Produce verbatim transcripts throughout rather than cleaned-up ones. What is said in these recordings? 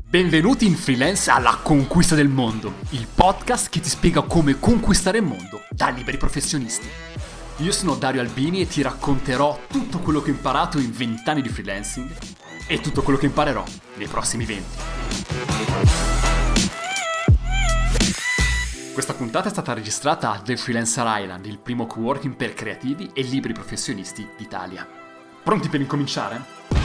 Benvenuti in Freelance alla conquista del mondo, il podcast che ti spiega come conquistare il mondo da liberi professionisti. Io sono Dario Albini e ti racconterò tutto quello che ho imparato in venti anni di freelancing e tutto quello che imparerò nei prossimi venti. Questa puntata è stata registrata a The Freelancer Island, il primo coworking per creativi e liberi professionisti d'Italia. Pronti per incominciare?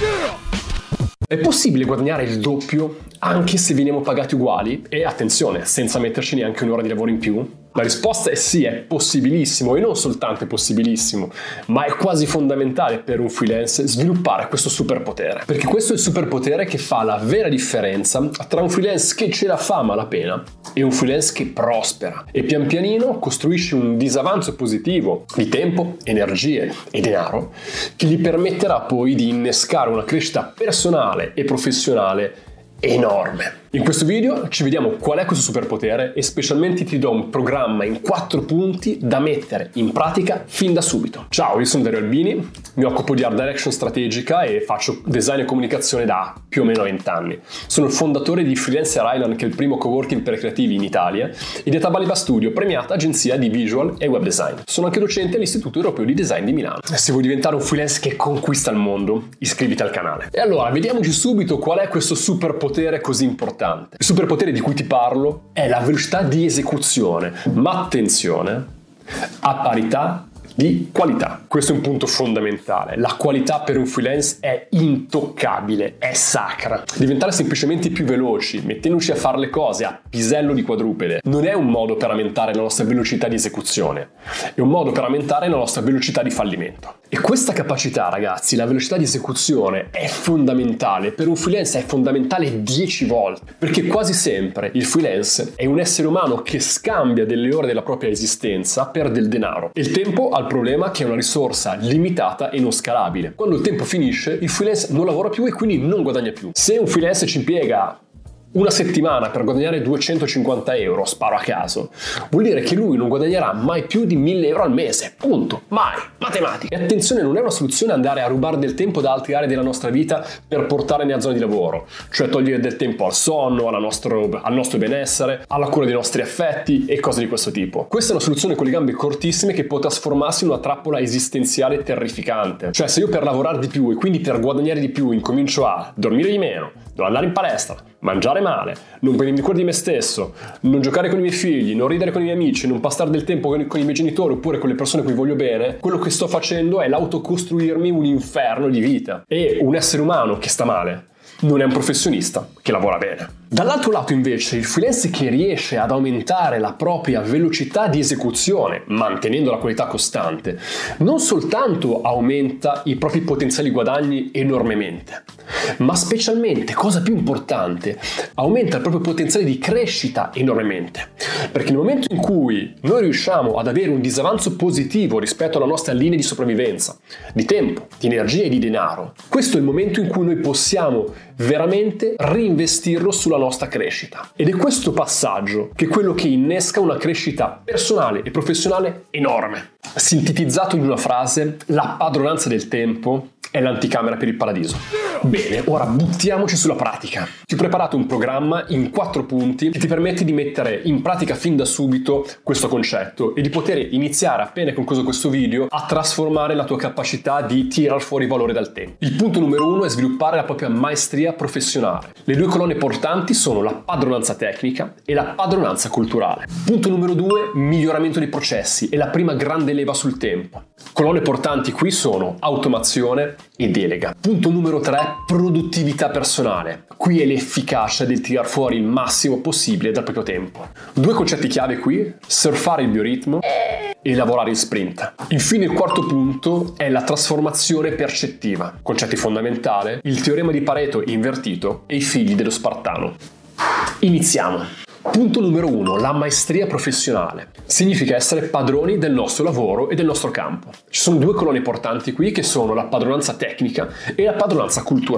È possibile guadagnare il doppio anche se veniamo pagati uguali? E attenzione, senza metterci neanche un'ora di lavoro in più? La risposta è sì, è possibilissimo, e non soltanto è possibilissimo, ma è quasi fondamentale per un freelance sviluppare questo superpotere. Perché questo è il superpotere che fa la vera differenza tra un freelance che ce la fa a malapena e un freelance che prospera e pian pianino costruisce un disavanzo positivo di tempo, energie e denaro che gli permetterà poi di innescare una crescita personale e professionale enorme. In questo video ci vediamo qual è questo superpotere e specialmente ti do un programma in quattro punti da mettere in pratica fin da subito. Ciao, io sono Dario Albini, mi occupo di art direction strategica e faccio design e comunicazione da più o meno venti anni. Sono il fondatore di Freelancer Island, che è il primo coworking per creativi in Italia, e di Tabaliba Studio, premiata agenzia di visual e web design. Sono anche docente all'Istituto Europeo di Design di Milano. Se vuoi diventare un freelance che conquista il mondo, iscriviti al canale. E allora, vediamoci subito qual è questo superpotere così importante. Il superpotere di cui ti parlo è la velocità di esecuzione, ma attenzione, a parità di qualità. Questo è un punto fondamentale. La qualità per un freelance è intoccabile, è sacra. Diventare semplicemente più veloci, mettendoci a fare le cose a pisello di quadrupede, non è un modo per aumentare la nostra velocità di esecuzione, è un modo per aumentare la nostra velocità di fallimento. E questa capacità, ragazzi, la velocità di esecuzione è fondamentale. Per un freelance è fondamentale dieci volte, perché quasi sempre il freelance è un essere umano che scambia delle ore della propria esistenza per del denaro. E il tempo ha il problema che è una risorsa limitata e non scalabile. Quando il tempo finisce, il freelance non lavora più e quindi non guadagna più. Se un freelance ci impiega una settimana per guadagnare duecentocinquanta euro, sparo a caso, vuol dire che lui non guadagnerà mai più di mille euro al mese. Punto. Mai. Matematica. E attenzione, non è una soluzione andare a rubare del tempo da altre aree della nostra vita per portare nella zona di lavoro, cioè togliere del tempo al sonno, alla nostro, al nostro benessere, alla cura dei nostri affetti e cose di questo tipo. Questa è una soluzione con le gambe cortissime che può trasformarsi in una trappola esistenziale terrificante. Cioè, se io per lavorare di più e quindi per guadagnare di più incomincio a dormire di meno, devo andare in palestra, mangiare male, non prendermi cura di me stesso, non giocare con i miei figli, non ridere con i miei amici, non passare del tempo con, con i miei genitori oppure con le persone a cui voglio bene, quello che sto facendo è l'autocostruirmi un inferno di vita. E un essere umano che sta male non è un professionista che lavora bene. Dall'altro lato invece il freelance che riesce ad aumentare la propria velocità di esecuzione mantenendo la qualità costante non soltanto aumenta i propri potenziali guadagni enormemente, ma specialmente, cosa più importante, aumenta il proprio potenziale di crescita enormemente. Perché nel momento in cui noi riusciamo ad avere un disavanzo positivo rispetto alla nostra linea di sopravvivenza, di tempo, di energia e di denaro, questo è il momento in cui noi possiamo veramente reinvestirlo sulla nostra crescita. Ed è questo passaggio che è quello che innesca una crescita personale e professionale enorme. Sintetizzato in una frase, la padronanza del tempo è l'anticamera per il paradiso. Bene, ora buttiamoci sulla pratica. Ti ho preparato un programma in quattro punti che ti permette di mettere in pratica fin da subito questo concetto e di poter iniziare appena concluso questo video a trasformare la tua capacità di tirar fuori valore dal tempo. Il punto numero uno è sviluppare la propria maestria professionale. Le due colonne portanti sono la padronanza tecnica e la padronanza culturale. Punto numero due, miglioramento dei processi e la prima grande leva sul tempo. Colonne portanti qui sono automazione e delega. Punto numero tre, produttività personale. Qui è l'efficacia del tirar fuori il massimo possibile dal proprio tempo. Due concetti chiave qui, surfare il bioritmo e lavorare in sprint. Infine il quarto punto è la trasformazione percettiva. Concetti fondamentali, il teorema di Pareto invertito e i figli dello Spartano. Iniziamo. Punto numero uno, la maestria professionale. Significa essere padroni del nostro lavoro e del nostro campo. Ci sono due colonne portanti qui che sono la padronanza tecnica e la padronanza culturale.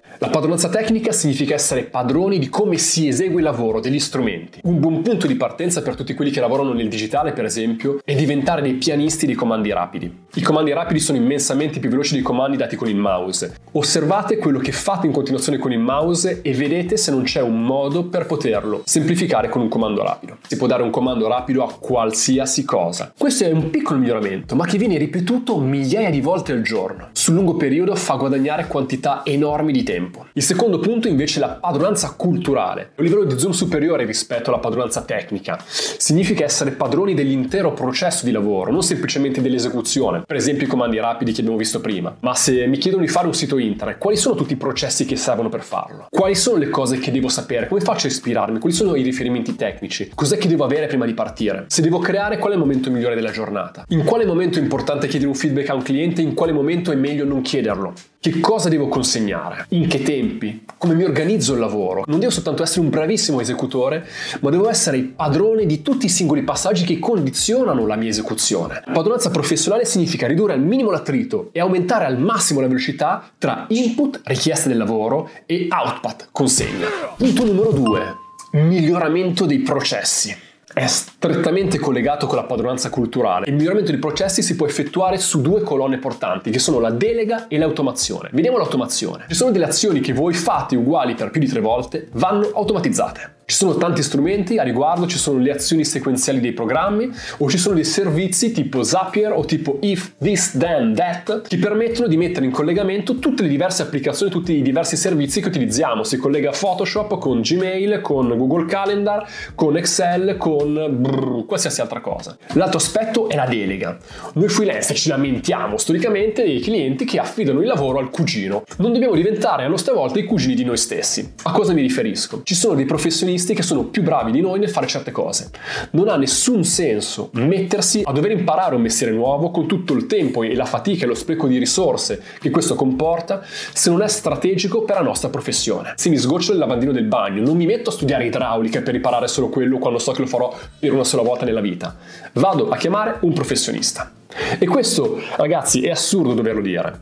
La padronanza tecnica significa essere padroni di come si esegue il lavoro, degli strumenti. Un buon punto di partenza per tutti quelli che lavorano nel digitale, per esempio, è diventare dei pianisti dei comandi rapidi. I comandi rapidi sono immensamente più veloci dei comandi dati con il mouse. Osservate quello che fate in continuazione con il mouse e vedete se non c'è un modo per poterlo semplificare con un comando rapido. Si può dare un comando rapido a qualsiasi cosa. Questo è un piccolo miglioramento, ma che viene ripetuto migliaia di volte al giorno. Sul lungo periodo fa guadagnare quantità enormi di tempo. Il secondo punto invece è la padronanza culturale. È un livello di zoom superiore rispetto alla padronanza tecnica. Significa essere padroni dell'intero processo di lavoro, non semplicemente dell'esecuzione. Per esempio i comandi rapidi che abbiamo visto prima. Ma se mi chiedono di fare un sito internet, quali sono tutti i processi che servono per farlo? Quali sono le cose che devo sapere? Come faccio a ispirarmi? Quali sono i riferimenti tecnici? Cos'è che devo avere prima di partire? Se devo creare, qual è il momento migliore della giornata? In quale momento è importante chiedere un feedback a un cliente? In quale momento è meglio non chiederlo? Che cosa devo consegnare? In che tempi? Come mi organizzo il lavoro? Non devo soltanto essere un bravissimo esecutore, ma devo essere il padrone di tutti i singoli passaggi che condizionano la mia esecuzione. La padronanza professionale significa ridurre al minimo l'attrito e aumentare al massimo la velocità tra input, richieste del lavoro, e output, consegna. Punto numero due. Miglioramento dei processi. È strettamente collegato con la padronanza culturale. Il miglioramento dei processi si può effettuare su due colonne portanti, che sono la delega e l'automazione. Vediamo l'automazione. Ci sono delle azioni che voi fate uguali per più di tre volte, vanno automatizzate. Ci sono tanti strumenti a riguardo, ci sono le azioni sequenziali dei programmi o ci sono dei servizi tipo Zapier o tipo if, this, then, that che permettono di mettere in collegamento tutte le diverse applicazioni, tutti i diversi servizi che utilizziamo. Si collega Photoshop con Gmail, con Google Calendar, con Excel, con brrr, qualsiasi altra cosa. L'altro aspetto è la delega. Noi freelancer ci lamentiamo storicamente dei clienti che affidano il lavoro al cugino. Non dobbiamo diventare a nostra volta i cugini di noi stessi. A cosa mi riferisco? Ci sono dei professionisti che sono più bravi di noi nel fare certe cose. Non ha nessun senso mettersi a dover imparare un mestiere nuovo con tutto il tempo e la fatica e lo spreco di risorse che questo comporta se non è strategico per la nostra professione. Se mi sgoccio il lavandino del bagno, non mi metto a studiare idraulica per riparare solo quello quando so che lo farò per una sola volta nella vita. Vado a chiamare un professionista. E questo, ragazzi, è assurdo doverlo dire,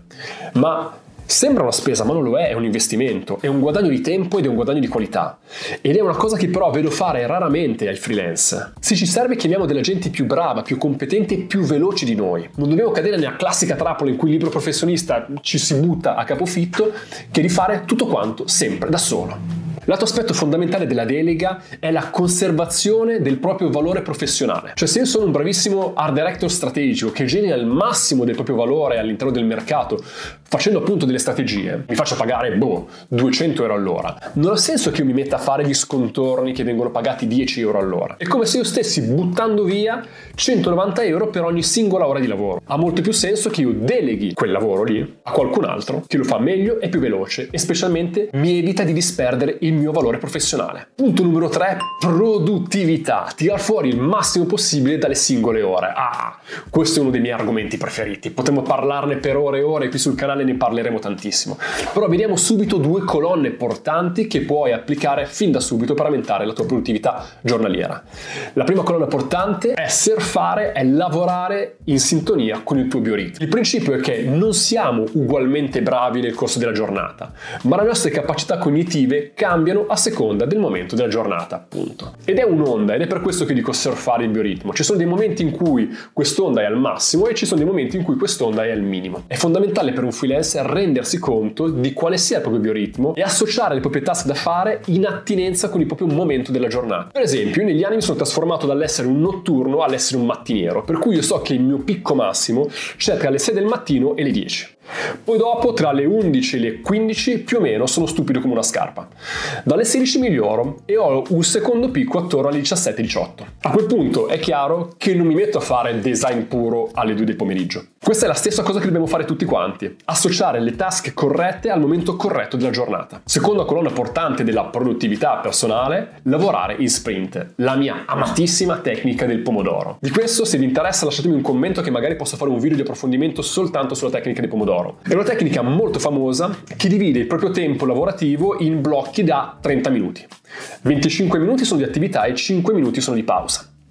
ma sembra una spesa, ma non lo è, è un investimento, è un guadagno di tempo ed è un guadagno di qualità. Ed è una cosa che però vedo fare raramente ai freelance. Se ci serve chiamiamo della gente più brava, più competente e più veloci di noi. Non dobbiamo cadere nella classica trappola in cui il libero professionista ci si butta a capofitto, che di fare tutto quanto sempre da solo. L'altro aspetto fondamentale della delega è la conservazione del proprio valore professionale. Cioè, se io sono un bravissimo art director strategico che genera il massimo del proprio valore all'interno del mercato facendo appunto delle strategie, mi faccio pagare boh, duecento euro all'ora, non ha senso che io mi metta a fare gli scontorni che vengono pagati dieci euro all'ora. È come se io stessi buttando via centonovanta euro per ogni singola ora di lavoro. Ha molto più senso che io deleghi quel lavoro lì a qualcun altro che lo fa meglio e più veloce e specialmente mi evita di disperdere il mio valore professionale. Punto numero tre, produttività. Tirar fuori il massimo possibile dalle singole ore. Ah, questo è uno dei miei argomenti preferiti. Potremmo parlarne per ore e ore, qui sul canale ne parleremo tantissimo. Però vediamo subito due colonne portanti che puoi applicare fin da subito per aumentare la tua produttività giornaliera. La prima colonna portante è surfare, è lavorare in sintonia con il tuo bioritmo. Il principio è che non siamo ugualmente bravi nel corso della giornata, ma le nostre capacità cognitive cambiano a seconda del momento della giornata, appunto. Ed è un'onda, ed è per questo che dico surfare il bioritmo. Ci sono dei momenti in cui quest'onda è al massimo e ci sono dei momenti in cui quest'onda è al minimo. È fondamentale per un freelancer rendersi conto di quale sia il proprio bioritmo e associare le proprie task da fare in attinenza con il proprio momento della giornata. Per esempio, io negli anni mi sono trasformato dall'essere un notturno all'essere un mattiniero, per cui io so che il mio picco massimo c'è tra le sei del mattino e le dieci. Poi dopo tra le undici e le quindici più o meno sono stupido come una scarpa. Dalle sedici miglioro e ho un secondo picco attorno alle diciassette diciotto. A quel punto è chiaro che non mi metto a fare design puro alle due del pomeriggio. Questa è la stessa cosa che dobbiamo fare tutti quanti: associare le task corrette al momento corretto della giornata. Seconda colonna portante della produttività personale, lavorare in sprint, la mia amatissima tecnica del pomodoro. Di questo, se vi interessa, lasciatemi un commento che magari posso fare un video di approfondimento soltanto sulla tecnica del pomodoro. È una tecnica molto famosa che divide il proprio tempo lavorativo in blocchi da trenta minuti. venticinque minuti sono di attività e cinque minuti sono di pausa.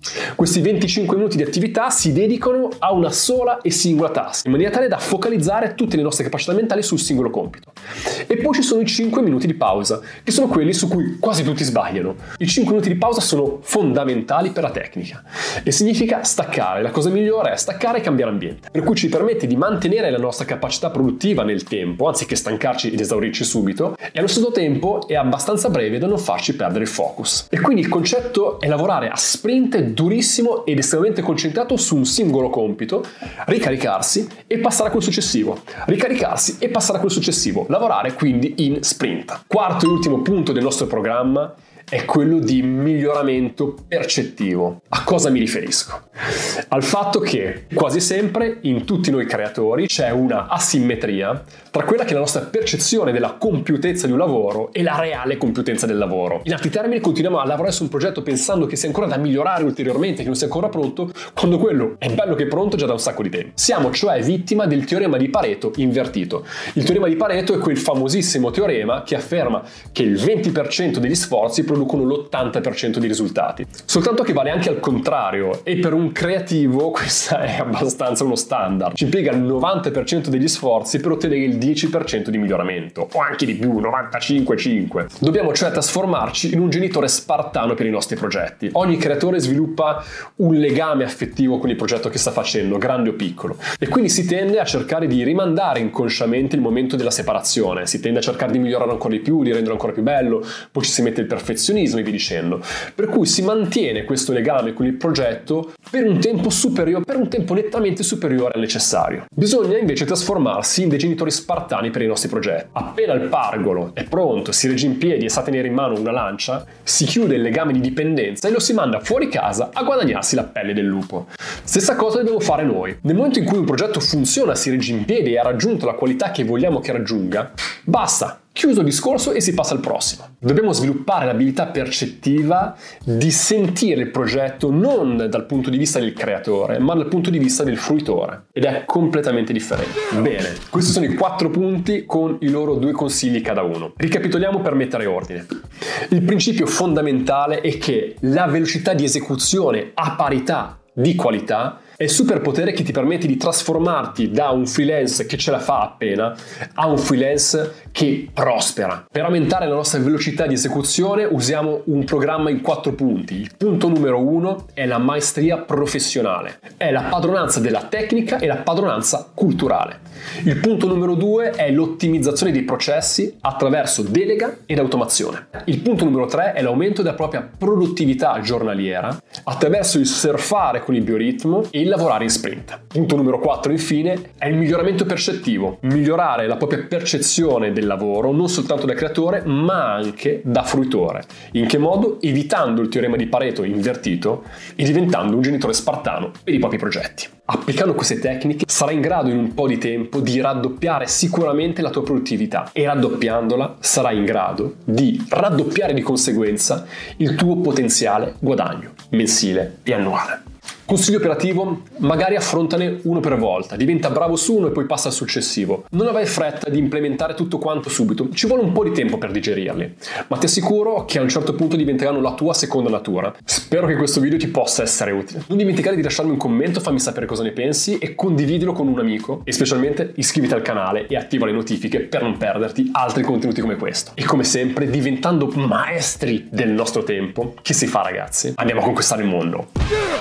Questi venticinque minuti di attività si dedicano a una sola e singola task, in maniera tale da focalizzare tutte le nostre capacità mentali sul singolo compito. E poi ci sono i cinque minuti di pausa, che sono quelli su cui quasi tutti sbagliano. I cinque minuti di pausa sono fondamentali per la tecnica e significa staccare. La cosa migliore è staccare e cambiare ambiente, per cui ci permette di mantenere la nostra capacità produttiva nel tempo, anziché stancarci ed esaurirci subito, e allo stesso tempo è abbastanza breve da non farci perdere il focus. E quindi il concetto è lavorare a sprint durissimo ed estremamente concentrato su un singolo compito, ricaricarsi e passare a quel successivo, ricaricarsi e passare a quel successivo, lavorare quindi in sprint. Quarto e ultimo punto del nostro programma è quello di miglioramento percettivo. A cosa mi riferisco? Al fatto che quasi sempre in tutti noi creatori c'è una asimmetria tra quella che è la nostra percezione della compiutezza di un lavoro e la reale compiutezza del lavoro. In altri termini, continuiamo a lavorare su un progetto pensando che sia ancora da migliorare ulteriormente, che non sia ancora pronto, quando quello è bello che è pronto già da un sacco di tempo. Siamo cioè vittima del teorema di Pareto invertito. Il teorema di Pareto è quel famosissimo teorema che afferma che il venti per cento degli sforzi producono l'ottanta per cento dei risultati. Soltanto che vale anche al contrario, e per un creativo questo è abbastanza uno standard. Ci impiega il novanta per cento degli sforzi per ottenere il dieci per cento di miglioramento, o anche di più, novantacinque virgola cinque. Dobbiamo cioè trasformarci in un genitore spartano per i nostri progetti. Ogni creatore sviluppa un legame affettivo con il progetto che sta facendo, grande o piccolo, e quindi si tende a cercare di rimandare inconsciamente il momento della separazione, si tende a cercare di migliorare ancora di più, di renderlo ancora più bello, poi ci si mette il perfezionismo e via dicendo. Per cui si mantiene questo legame con il progetto per un tempo superiore, per un tempo nettamente superiore al necessario. Bisogna invece trasformarsi in dei genitori spartani per i nostri progetti. Appena il pargolo è pronto, si regge in piedi e sa tenere in mano una lancia, si chiude il legame di dipendenza e lo si manda fuori casa a guadagnarsi la pelle del lupo. Stessa cosa dobbiamo fare noi. Nel momento in cui un progetto funziona, si regge in piedi e ha raggiunto la qualità che vogliamo che raggiunga, basta. Chiuso il discorso e si passa al prossimo. Dobbiamo sviluppare l'abilità percettiva di sentire il progetto non dal punto di vista del creatore, ma dal punto di vista del fruitore. Ed è completamente differente. Bene, questi sono i quattro punti con i loro due consigli cada uno. Ricapitoliamo per mettere ordine. Il principio fondamentale è che la velocità di esecuzione a parità di qualità è il superpotere che ti permette di trasformarti da un freelance che ce la fa appena a un freelance che prospera. Per aumentare la nostra velocità di esecuzione usiamo un programma in quattro punti. Il punto numero uno è la maestria professionale, è la padronanza della tecnica e la padronanza culturale. Il punto numero due è l'ottimizzazione dei processi attraverso delega ed automazione. Il punto numero tre è l'aumento della propria produttività giornaliera attraverso il surfare con il bioritmo e il lavorare in sprint. Punto numero quattro infine è il miglioramento percettivo, migliorare la propria percezione del lavoro non soltanto da creatore ma anche da fruitore. In che modo? Evitando il teorema di Pareto invertito e diventando un genitore spartano per i propri progetti. Applicando queste tecniche sarai in grado in un po' di tempo di raddoppiare sicuramente la tua produttività e raddoppiandola sarai in grado di raddoppiare di conseguenza il tuo potenziale guadagno mensile e annuale. Consiglio operativo: magari affrontane uno per volta, diventa bravo su uno e poi passa al successivo. Non avrai fretta di implementare tutto quanto subito, ci vuole un po' di tempo per digerirli, ma ti assicuro che a un certo punto diventeranno la tua seconda natura. Spero che questo video ti possa essere utile. Non dimenticare di lasciarmi un commento, fammi sapere cosa ne pensi e condividilo con un amico e specialmente iscriviti al canale e attiva le notifiche per non perderti altri contenuti come questo. E come sempre, diventando maestri del nostro tempo, che si fa ragazzi? Andiamo a conquistare il mondo!